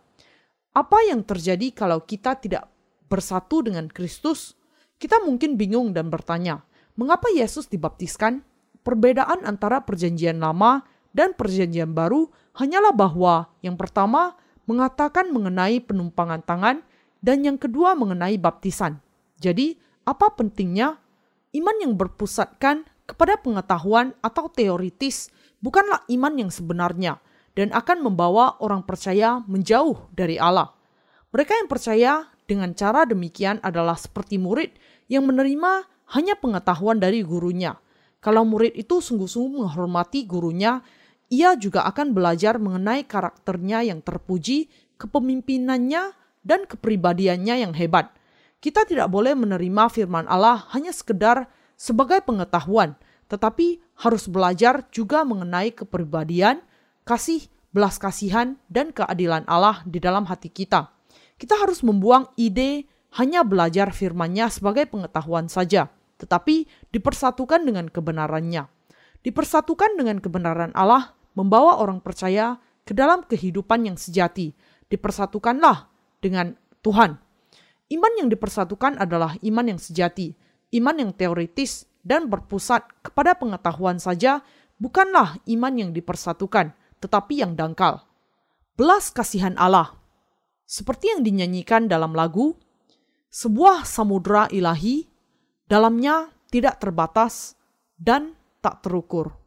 Apa yang terjadi kalau kita tidak bersatu dengan Kristus? Kita mungkin bingung dan bertanya, mengapa Yesus dibaptiskan? Perbedaan antara perjanjian lama dan perjanjian baru hanyalah bahwa yang pertama mengatakan mengenai penumpangan tangan dan yang kedua mengenai baptisan. Jadi, apa pentingnya? Iman yang berpusatkan kepada pengetahuan atau teoritis bukanlah iman yang sebenarnya dan akan membawa orang percaya menjauh dari Allah. Mereka yang percaya dengan cara demikian adalah seperti murid yang menerima hanya pengetahuan dari gurunya. Kalau murid itu sungguh-sungguh menghormati gurunya, ia juga akan belajar mengenai karakternya yang terpuji, kepemimpinannya, dan kepribadiannya yang hebat. Kita tidak boleh menerima firman Allah hanya sekedar sebagai pengetahuan, tetapi harus belajar juga mengenai kepribadian, kasih, belas kasihan, dan keadilan Allah di dalam hati kita. Kita harus membuang ide hanya belajar firman-Nya sebagai pengetahuan saja, tetapi dipersatukan dengan kebenarannya. Dipersatukan dengan kebenaran Allah membawa orang percaya ke dalam kehidupan yang sejati. Dipersatukanlah dengan Tuhan. Iman yang dipersatukan adalah iman yang sejati. Iman yang teoritis dan berpusat kepada pengetahuan saja bukanlah iman yang dipersatukan, tetapi yang dangkal. Belas kasihan Allah. Seperti yang dinyanyikan dalam lagu, sebuah samudera ilahi, dalamnya tidak terbatas dan tak terukur.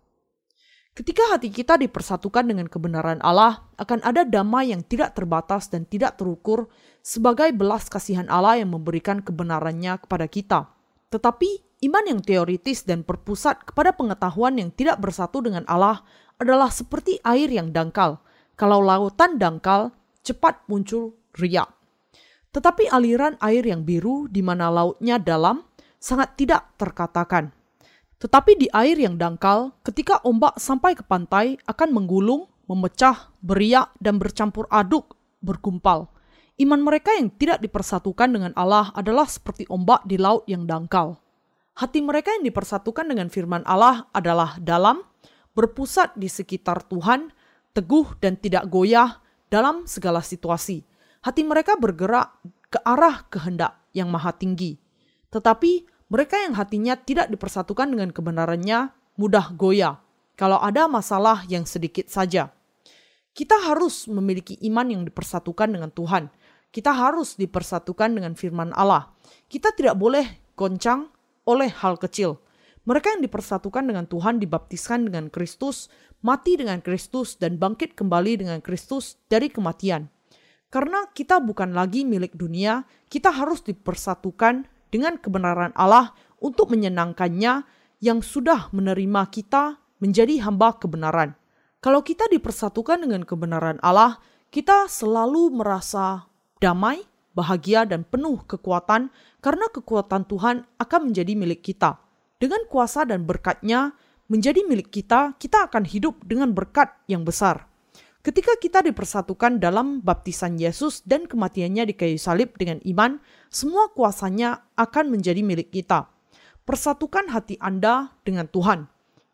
Ketika hati kita dipersatukan dengan kebenaran Allah, akan ada damai yang tidak terbatas dan tidak terukur sebagai belas kasihan Allah yang memberikan kebenarannya kepada kita. Tetapi iman yang teoritis dan berpusat kepada pengetahuan yang tidak bersatu dengan Allah adalah seperti air yang dangkal. Kalau lautan dangkal, cepat muncul riak. Tetapi aliran air yang biru di mana lautnya dalam sangat tidak terkatakan. Tetapi di air yang dangkal, ketika ombak sampai ke pantai akan menggulung, memecah, beriak, dan bercampur aduk, bergumpal. Iman mereka yang tidak dipersatukan dengan Allah adalah seperti ombak di laut yang dangkal. Hati mereka yang dipersatukan dengan firman Allah adalah dalam, berpusat di sekitar Tuhan, teguh dan tidak goyah dalam segala situasi. Hati mereka bergerak ke arah kehendak yang maha tinggi. Tetapi mereka yang hatinya tidak dipersatukan dengan kebenarannya mudah goyah kalau ada masalah yang sedikit saja. Kita harus memiliki iman yang dipersatukan dengan Tuhan. Kita harus dipersatukan dengan firman Allah. Kita tidak boleh goncang oleh hal kecil. Mereka yang dipersatukan dengan Tuhan dibaptiskan dengan Kristus, mati dengan Kristus, dan bangkit kembali dengan Kristus dari kematian. Karena kita bukan lagi milik dunia, kita harus dipersatukan dengan kebenaran Allah untuk menyenangkannya yang sudah menerima kita menjadi hamba kebenaran. Kalau kita dipersatukan dengan kebenaran Allah, kita selalu merasa damai, bahagia, dan penuh kekuatan karena kekuatan Tuhan akan menjadi milik kita. Dengan kuasa dan berkat-Nya menjadi milik kita, kita akan hidup dengan berkat yang besar. Ketika kita dipersatukan dalam baptisan Yesus dan kematiannya di kayu salib dengan iman, semua kuasanya akan menjadi milik kita. Persatukan hati Anda dengan Tuhan.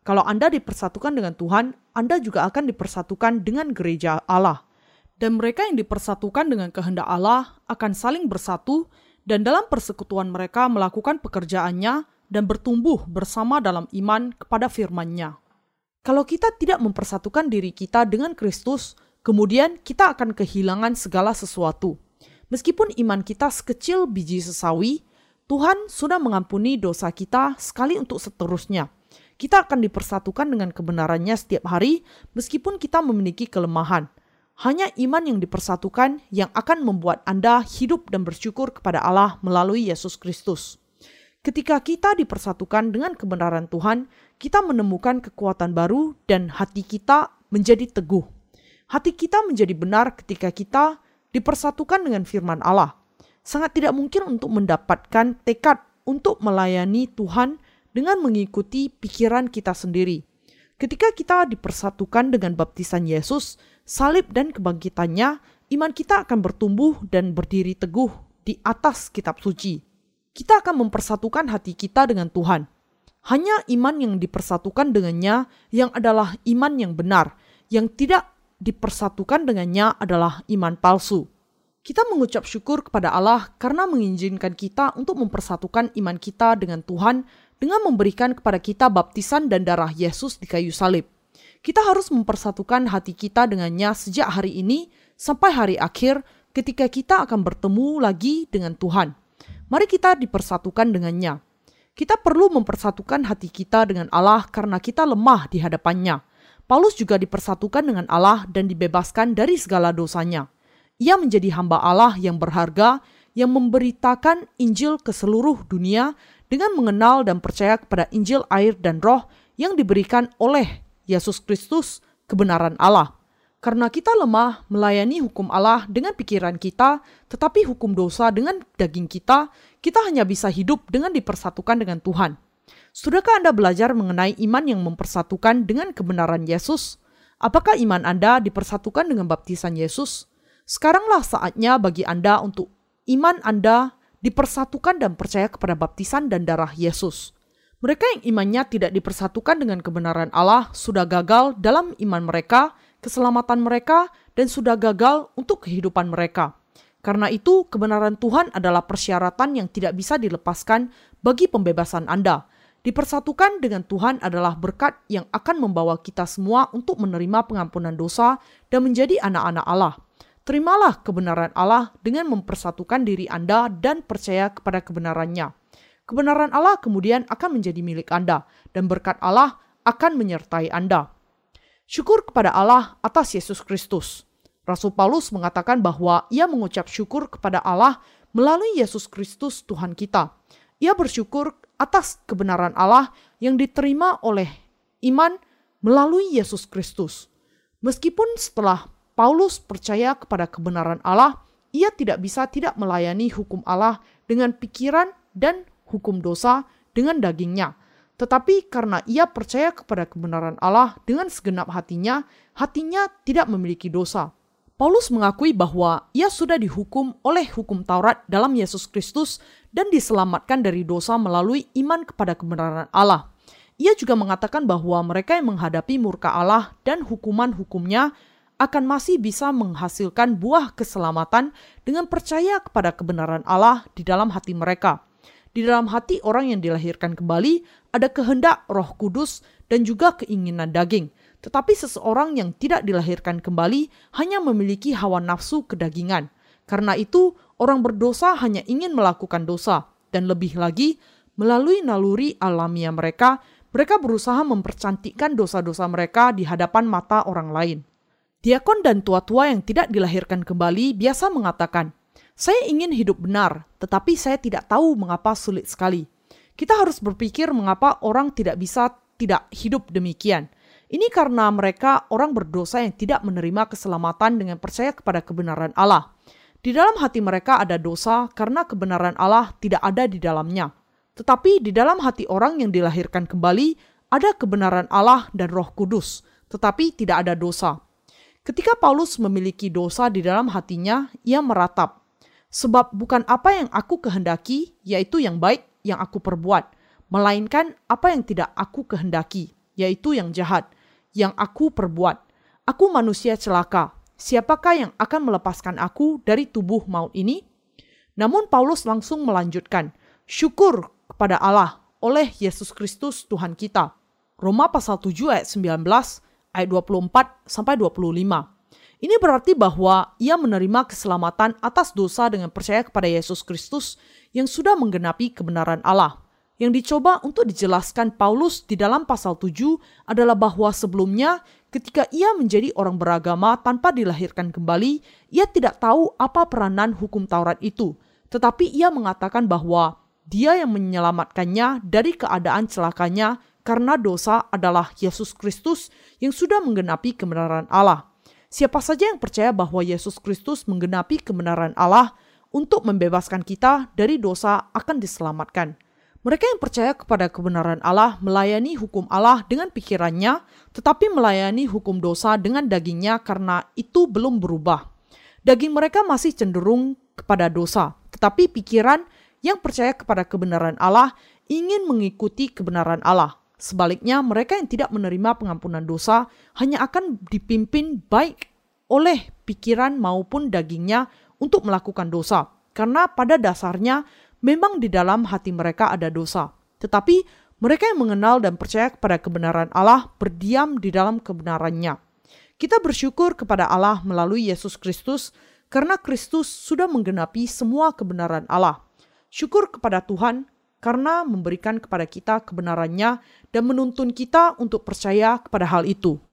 Kalau Anda dipersatukan dengan Tuhan, Anda juga akan dipersatukan dengan gereja Allah. Dan mereka yang dipersatukan dengan kehendak Allah akan saling bersatu dan dalam persekutuan mereka melakukan pekerjaannya dan bertumbuh bersama dalam iman kepada firman-Nya. Kalau kita tidak mempersatukan diri kita dengan Kristus, kemudian kita akan kehilangan segala sesuatu. Meskipun iman kita sekecil biji sesawi, Tuhan sudah mengampuni dosa kita sekali untuk seterusnya. Kita akan dipersatukan dengan kebenarannya setiap hari meskipun kita memiliki kelemahan. Hanya iman yang dipersatukan yang akan membuat Anda hidup dan bersyukur kepada Allah melalui Yesus Kristus. Ketika kita dipersatukan dengan kebenaran Tuhan, kita menemukan kekuatan baru dan hati kita menjadi teguh. Hati kita menjadi benar ketika kita dipersatukan dengan firman Allah. Sangat tidak mungkin untuk mendapatkan tekad untuk melayani Tuhan dengan mengikuti pikiran kita sendiri. Ketika kita dipersatukan dengan baptisan Yesus, salib dan kebangkitannya, iman kita akan bertumbuh dan berdiri teguh di atas kitab suci. Kita akan mempersatukan hati kita dengan Tuhan. Hanya iman yang dipersatukan dengannya yang adalah iman yang benar, yang tidak dipersatukan dengannya adalah iman palsu. Kita mengucap syukur kepada Allah karena mengizinkan kita untuk mempersatukan iman kita dengan Tuhan dengan memberikan kepada kita baptisan dan darah Yesus di kayu salib. Kita harus mempersatukan hati kita dengannya sejak hari ini sampai hari akhir ketika kita akan bertemu lagi dengan Tuhan. Mari kita dipersatukan dengannya. Kita perlu mempersatukan hati kita dengan Allah karena kita lemah di hadapannya. Paulus juga dipersatukan dengan Allah dan dibebaskan dari segala dosanya. Ia menjadi hamba Allah yang berharga, yang memberitakan Injil ke seluruh dunia dengan mengenal dan percaya kepada Injil air dan roh yang diberikan oleh Yesus Kristus, kebenaran Allah. Karena kita lemah melayani hukum Allah dengan pikiran kita, tetapi hukum dosa dengan daging kita, kita hanya bisa hidup dengan dipersatukan dengan Tuhan. Sudahkah Anda belajar mengenai iman yang mempersatukan dengan kebenaran Yesus? Apakah iman Anda dipersatukan dengan baptisan Yesus? Sekaranglah saatnya bagi Anda untuk iman Anda dipersatukan dan percaya kepada baptisan dan darah Yesus. Mereka yang imannya tidak dipersatukan dengan kebenaran Allah sudah gagal dalam iman mereka, keselamatan mereka, dan sudah gagal untuk kehidupan mereka. Karena itu, kebenaran Tuhan adalah persyaratan yang tidak bisa dilepaskan bagi pembebasan Anda. Dipersatukan dengan Tuhan adalah berkat yang akan membawa kita semua untuk menerima pengampunan dosa dan menjadi anak-anak Allah. Terimalah kebenaran Allah dengan mempersatukan diri Anda dan percaya kepada kebenarannya. Kebenaran Allah kemudian akan menjadi milik Anda dan berkat Allah akan menyertai Anda. Syukur kepada Allah atas Yesus Kristus. Rasul Paulus mengatakan bahwa ia mengucap syukur kepada Allah melalui Yesus Kristus Tuhan kita. Ia bersyukur atas kebenaran Allah yang diterima oleh iman melalui Yesus Kristus. Meskipun setelah Paulus percaya kepada kebenaran Allah, ia tidak bisa tidak melayani hukum Allah dengan pikiran dan hukum dosa dengan dagingnya. Tetapi karena ia percaya kepada kebenaran Allah dengan segenap hatinya tidak memiliki dosa. Paulus mengakui bahwa ia sudah dihukum oleh hukum Taurat dalam Yesus Kristus dan diselamatkan dari dosa melalui iman kepada kebenaran Allah. Ia juga mengatakan bahwa mereka yang menghadapi murka Allah dan hukuman-hukumnya akan masih bisa menghasilkan buah keselamatan dengan percaya kepada kebenaran Allah di dalam hati mereka. Di dalam hati orang yang dilahirkan kembali ada kehendak Roh Kudus dan juga keinginan daging. Tetapi seseorang yang tidak dilahirkan kembali hanya memiliki hawa nafsu kedagingan. Karena itu, orang berdosa hanya ingin melakukan dosa. Dan lebih lagi, melalui naluri alamiah mereka berusaha mempercantikkan dosa-dosa mereka di hadapan mata orang lain. Diakon dan tua-tua yang tidak dilahirkan kembali biasa mengatakan, "Saya ingin hidup benar, tetapi saya tidak tahu mengapa sulit sekali." Kita harus berpikir mengapa orang tidak bisa tidak hidup demikian. Ini karena mereka orang berdosa yang tidak menerima keselamatan dengan percaya kepada kebenaran Allah. Di dalam hati mereka ada dosa karena kebenaran Allah tidak ada di dalamnya. Tetapi di dalam hati orang yang dilahirkan kembali ada kebenaran Allah dan Roh Kudus, tetapi tidak ada dosa. Ketika Paulus memiliki dosa di dalam hatinya, ia meratap, "Sebab bukan apa yang aku kehendaki, yaitu yang baik yang aku perbuat, melainkan apa yang tidak aku kehendaki, yaitu yang jahat, yang aku perbuat. Aku manusia celaka. Siapakah yang akan melepaskan aku dari tubuh maut ini? Namun Paulus langsung melanjutkan, syukur kepada Allah oleh Yesus Kristus Tuhan kita. Roma pasal 7 ayat 19, ayat 24 sampai 25. Ini berarti bahwa ia menerima keselamatan atas dosa dengan percaya kepada Yesus Kristus yang sudah menggenapi kebenaran Allah. Yang dicoba untuk dijelaskan Paulus di dalam pasal 7 adalah bahwa sebelumnya ketika ia menjadi orang beragama tanpa dilahirkan kembali, ia tidak tahu apa peranan hukum Taurat itu. Tetapi ia mengatakan bahwa dia yang menyelamatkannya dari keadaan celakanya karena dosa adalah Yesus Kristus yang sudah menggenapi kebenaran Allah. Siapa saja yang percaya bahwa Yesus Kristus menggenapi kebenaran Allah untuk membebaskan kita dari dosa akan diselamatkan. Mereka yang percaya kepada kebenaran Allah melayani hukum Allah dengan pikirannya, tetapi melayani hukum dosa dengan dagingnya karena itu belum berubah. Daging mereka masih cenderung kepada dosa, tetapi pikiran yang percaya kepada kebenaran Allah ingin mengikuti kebenaran Allah. Sebaliknya, mereka yang tidak menerima pengampunan dosa hanya akan dipimpin baik oleh pikiran maupun dagingnya untuk melakukan dosa. Karena pada dasarnya, memang di dalam hati mereka ada dosa. Tetapi mereka yang mengenal dan percaya kepada kebenaran Allah berdiam di dalam kebenarannya. Kita bersyukur kepada Allah melalui Yesus Kristus karena Kristus sudah menggenapi semua kebenaran Allah. Syukur kepada Tuhan karena memberikan kepada kita kebenarannya dan menuntun kita untuk percaya kepada hal itu.